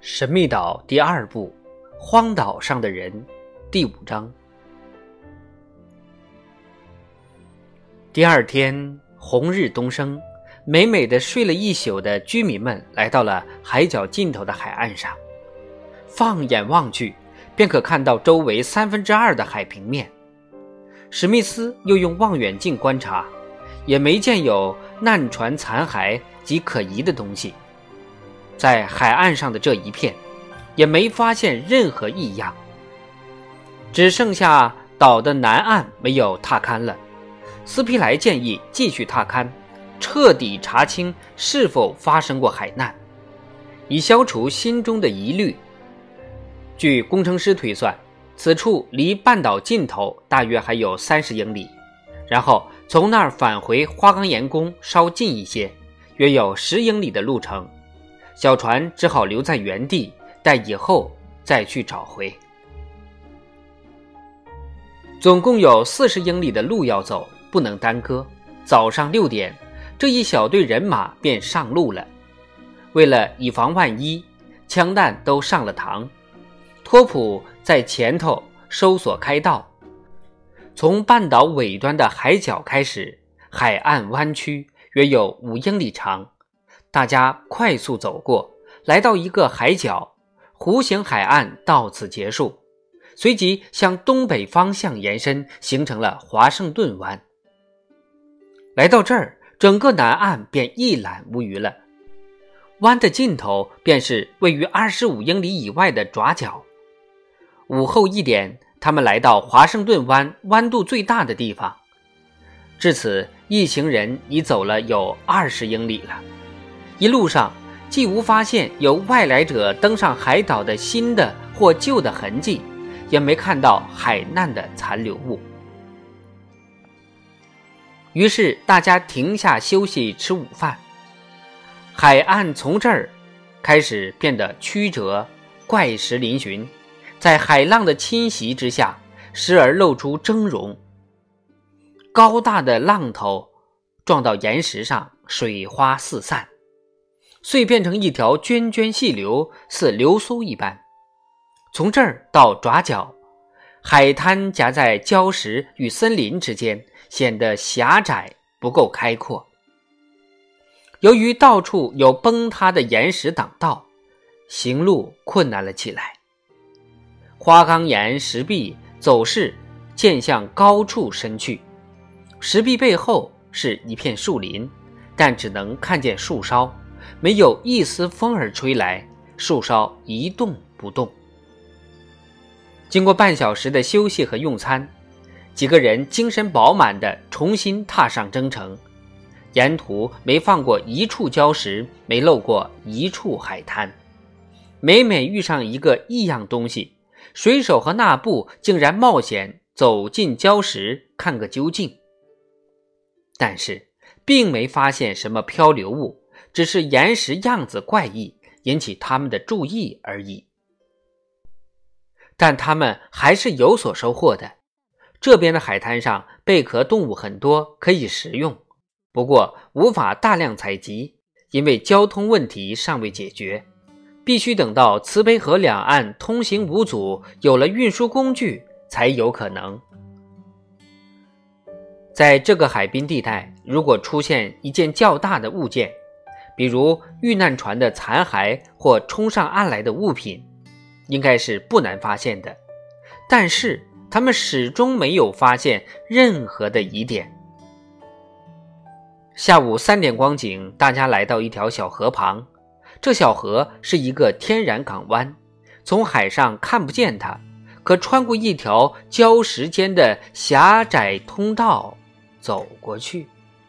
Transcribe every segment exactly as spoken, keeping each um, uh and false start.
神秘岛第二部，荒岛上的人，第五章。第二天，红日东升，美美的睡了一宿的居民们来到了海角尽头的海岸上。放眼望去，便可看到周围三分之二的海平面。史密斯又用望远镜观察，也没见有难船残骸及可疑的东西。在海岸上的这一片，也没发现任何异样，只剩下岛的南岸没有踏勘了。斯皮莱建议继续踏勘，彻底查清是否发生过海难，以消除心中的疑虑。据工程师推算，此处离半岛尽头大约还有三十英里，然后从那儿返回花岗岩宫稍近一些，约有十英里的路程。小船只好留在原地，待以后再去找回。总共有四十英里的路要走，不能耽搁。早上六点，这一小队人马便上路了。为了以防万一，枪弹都上了膛。托普在前头搜索开道，从半岛尾端的海角开始，海岸弯曲，约有五英里长。大家快速走过，来到一个海角，弧形海岸到此结束，随即向东北方向延伸，形成了华盛顿湾。来到这儿，整个南岸便一览无余了。湾的尽头便是位于二十五英里以外的爪角。午后一点，他们来到华盛顿湾弯度最大的地方。至此，一行人已走了有二十英里了。一路上既无发现有外来者登上海岛的新的或旧的痕迹，也没看到海难的残留物。于是大家停下休息吃午饭。海岸从这儿开始变得曲折，怪石嶙峋，在海浪的侵袭之下，时而露出峥嵘。高大的浪头撞到岩石上，水花四散，遂变成一条涓涓细流，似流苏一般。从这儿到爪角，海滩夹在礁石与森林之间，显得狭窄，不够开阔。由于到处有崩塌的岩石挡道，行路困难了起来。花岗岩石壁走势渐向高处伸去，石壁背后是一片树林，但只能看见树梢，没有一丝风儿吹来，树梢一动不动。经过半小时的休息和用餐，几个人精神饱满地重新踏上征程。沿途没放过一处礁石，没漏过一处海滩。每每遇上一个异样东西，水手和纳布竟然冒险走进礁石看个究竟。但是并没发现什么漂流物，只是岩石样子怪异，引起他们的注意而已。但他们还是有所收获的。这边的海滩上贝壳动物很多，可以食用，不过无法大量采集，因为交通问题尚未解决，必须等到慈悲河两岸通行无阻，有了运输工具才有可能。在这个海滨地带，如果出现一件较大的物件，比如遇难船的残骸或冲上岸来的物品，应该是不难发现的。但是他们始终没有发现任何的疑点。下午三点光景，大家来到一条小河旁。这小河是一个天然港湾，从海上看不见它，可穿过一条礁石间的狭窄通道走过去。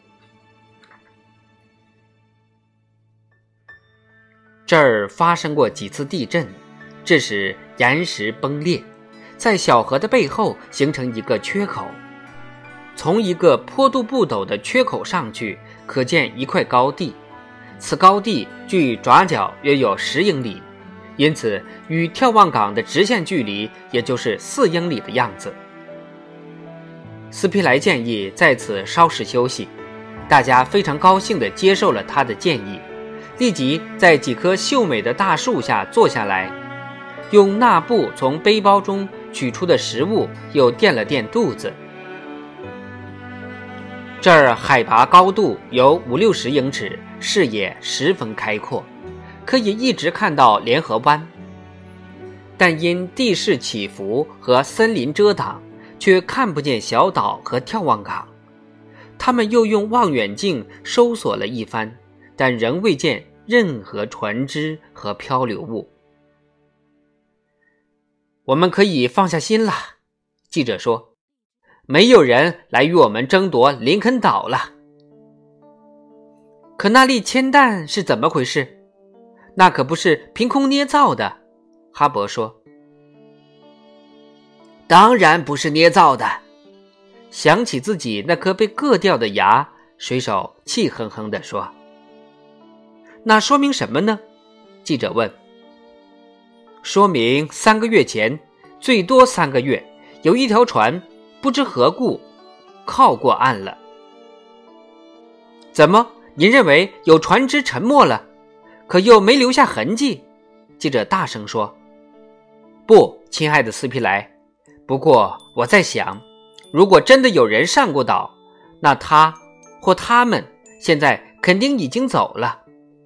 这儿发生过几次地震，致使岩石崩裂，在小河的背后形成一个缺口。从一个坡度不陡的缺口上去，可见一块高地，此高地距爪角约有十英里，因此与眺望港的直线距离也就是四英里的样子。斯皮莱建议在此稍事休息，大家非常高兴地接受了他的建议。 立即在几棵秀美的大树下坐下来，用纳布从背包中取出的食物又垫了垫肚子。这儿海拔高度有五六十英尺，视野十分开阔，可以一直看到联合湾。但因地势起伏和森林遮挡，却看不见小岛和眺望港。他们又用望远镜搜索了一番，但仍未见任何船只和漂流物。我们可以放下心了，记者说，没有人来与我们争夺林肯岛了。可那粒铅弹是怎么回事？那可不是凭空捏造的，哈勃说。当然不是捏造的。想起自己那颗被割掉的牙，水手气哼哼地说。那说明什么呢？记者问。说明三个月前，最多三个月，有一条船不知何故靠过岸了。怎么，您认为有船只沉没了，可又没留下痕迹？记者大声说。不，亲爱的斯皮莱，不过我在想，如果真的有人上过岛，那他或他们现在肯定已经走了。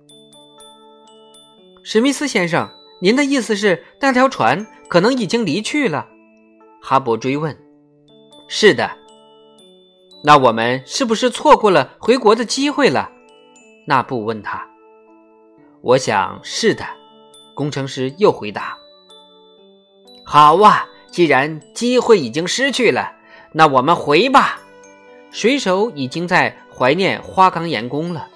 史密斯先生，您的意思是那条船可能已经离去了？哈勃追问。是的。那我们是不是错过了回国的机会了？纳布问他。我想是的，工程师又回答。好啊，既然机会已经失去了，那我们回吧。水手已经在怀念花岗岩宫了。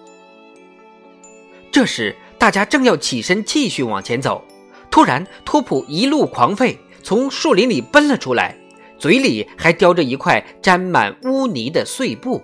这时大家正要起身继续往前走，突然托普一路狂吠，从树林里奔了出来，嘴里还叼着一块沾满污泥的碎布。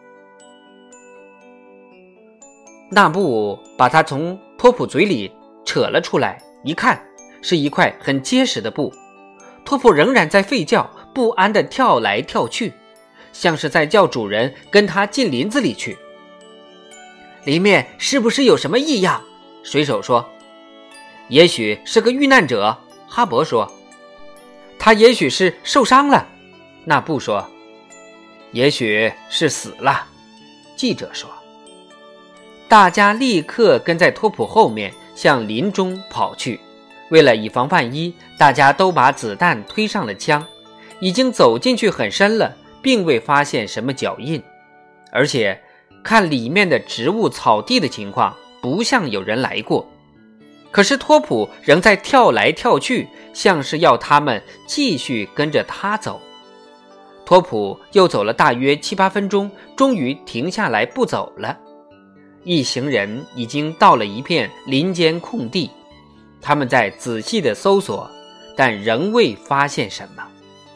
纳布把他从托普嘴里扯了出来，一看是一块很结实的布。托普仍然在吠叫，不安地跳来跳去，像是在叫主人跟他进林子里去。里面是不是有什么异样？水手说。也许是个遇难者，哈勃说。他也许是受伤了，纳布说。也许是死了，记者说。大家立刻跟在托普后面向林中跑去。为了以防万一，大家都把子弹推上了枪，已经走进去很深了，并未发现什么脚印，而且看里面的植物草地的情况，不像有人来过。可是托普仍在跳来跳去，像是要他们继续跟着他走。托普又走了大约七八分钟，终于停下来不走了。一行人已经到了一片林间空地，他们在仔细地搜索，但仍未发现什么。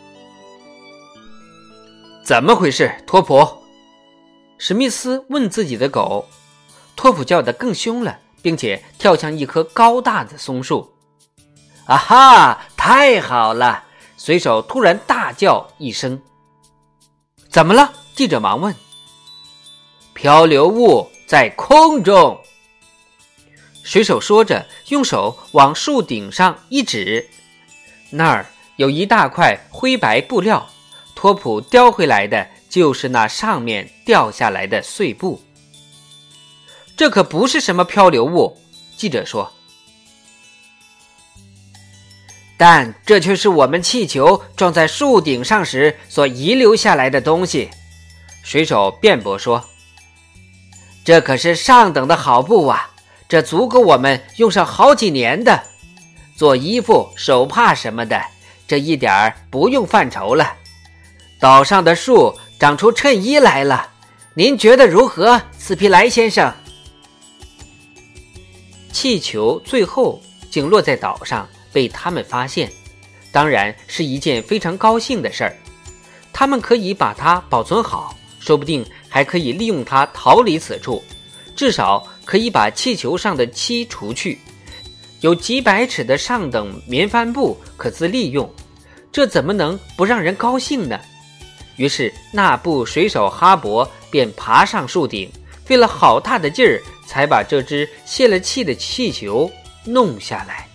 怎么回事，托普？史密斯问自己的狗。托普叫得更凶了，并且跳向一棵高大的松树。啊哈，太好了！水手突然大叫一声。怎么了？记者忙问。漂流物在空中。水手说着，用手往树顶上一指，那儿有一大块灰白布料，托普叼回来的就是那上面掉下来的碎布。这可不是什么漂流物，记者说。但这却是我们气球撞在树顶上时所遗留下来的东西，水手辩驳说。这可是上等的好布啊，这足够我们用上好几年的，做衣服、手帕什么的，这一点儿不用犯愁了。岛上的树长出衬衣来了，您觉得如何，斯皮莱先生？气球最后竟落在岛上，被他们发现，当然是一件非常高兴的事儿。他们可以把它保存好，说不定还可以利用它逃离此处，至少可以把气球上的漆除去。有几百尺的上等棉帆布可自利用，这怎么能不让人高兴呢？于是那部水手哈勃便爬上树顶，费了好大的劲儿才把这只泄了气的气球弄下来。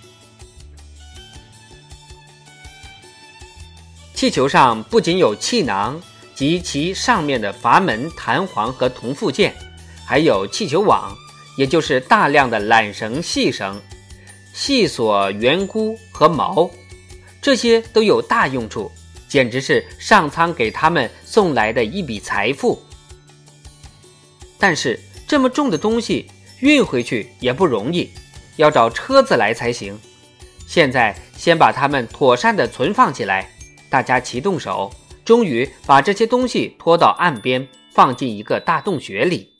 气球上不仅有气囊及其上面的阀门、弹簧和铜附件，还有气球网，也就是大量的缆绳、细绳、细索圆箍和锚，这些都有大用处，简直是上苍给他们送来的一笔财富。但是这么重的东西运回去也不容易，要找车子来才行。现在先把它们妥善地存放起来，大家齐动手，终于把这些东西拖到岸边，放进一个大洞穴里。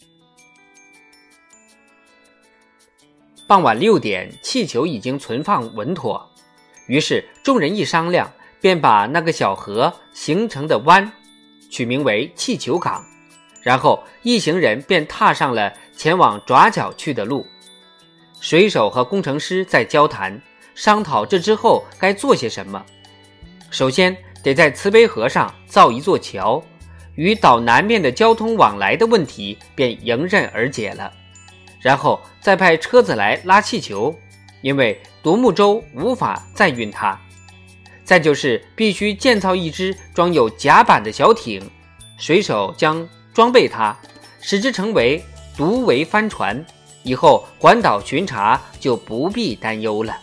傍晚六点，气球已经存放稳妥，于是众人一商量，便把那个小河形成的湾取名为气球港，然后一行人便踏上了前往爪角去的路。水手和工程师在交谈，商讨这之后该做些什么。首先得在慈悲河上造一座桥，与岛南面的交通往来的问题便迎刃而解了。然后再派车子来拉气球，因为独木舟无法载运它。再就是必须建造一只装有甲板的小艇，水手将装备它，使之成为独桅帆船，以后环岛巡查就不必担忧了。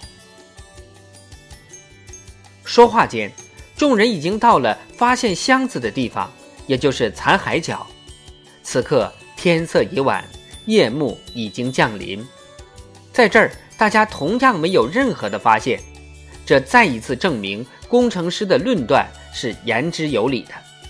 说话间，众人已经到了发现箱子的地方，也就是残骸角。此刻天色已晚，夜幕已经降临。在这儿，大家同样没有任何的发现，这再一次证明工程师的论断是言之有理的。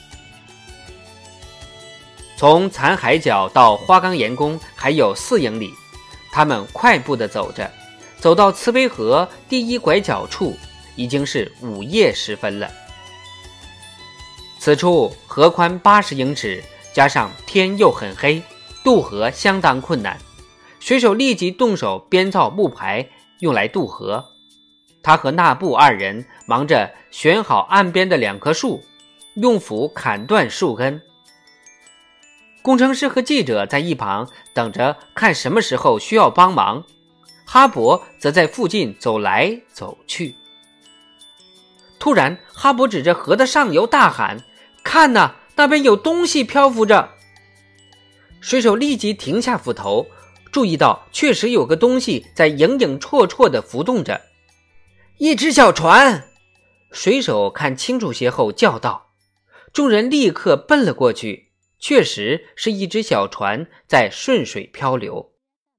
从残骸角到花岗岩宫还有四英里，他们快步地走着，走到慈悲河第一拐角处，已经是午夜时分了。此处河宽八十英尺，加上天又很黑，渡河相当困难。水手立即动手编造木排，用来渡河。他和纳布二人忙着选好岸边的两棵树，用斧砍断树根。工程师和记者在一旁等着看什么时候需要帮忙，哈勃则在附近走来走去。突然，哈勃指着河的上游大喊：“看哪，那边有东西漂浮着！”水手立即停下斧头，注意到确实有个东西在影影绰绰地浮动着。一只小船！水手看清楚些后叫道。众人立刻奔了过去，确实是一只小船在顺水漂流。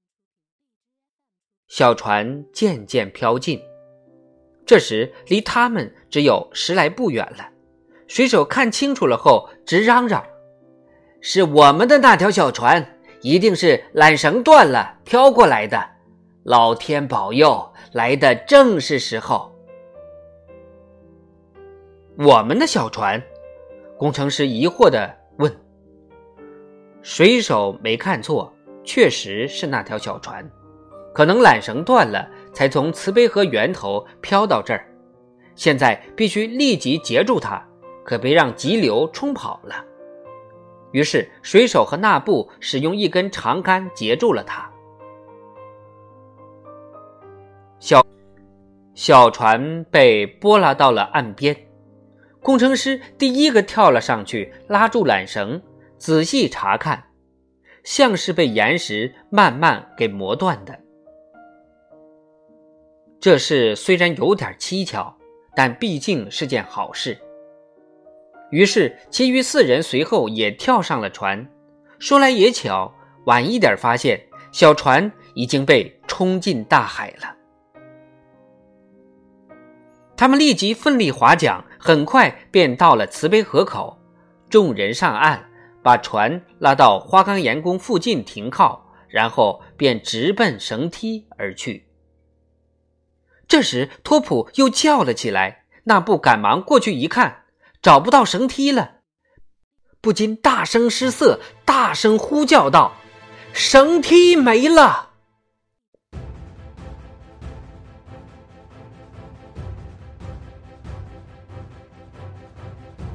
小船渐渐飘近，这时离他们只有十来步远了。水手看清楚了后直嚷嚷：“是我们的那条小船，一定是缆绳断了飘过来的，老天保佑，来的正是时候。”我们的小船？工程师疑惑地问。水手没看错，确实是那条小船，可能缆绳断了，才从慈悲河源头飘到这儿。现在必须立即截住它，可别让急流冲跑了。于是水手和纳布使用一根长杆截住了它。小小船被拨拉到了岸边，工程师第一个跳了上去，拉住缆绳，仔细查看，像是被岩石慢慢给磨断的。这事虽然有点蹊跷，但毕竟是件好事。于是其余四人随后也跳上了船。说来也巧，晚一点发现小船已经被冲进大海了。他们立即奋力划桨，很快便到了慈悲河口。众人上岸，把船拉到花岗岩宫附近停靠，然后便直奔绳梯而去。这时托普又叫了起来，纳布赶忙过去一看，找不到绳梯了，不禁大声失色，大声呼叫道：“绳梯没了！”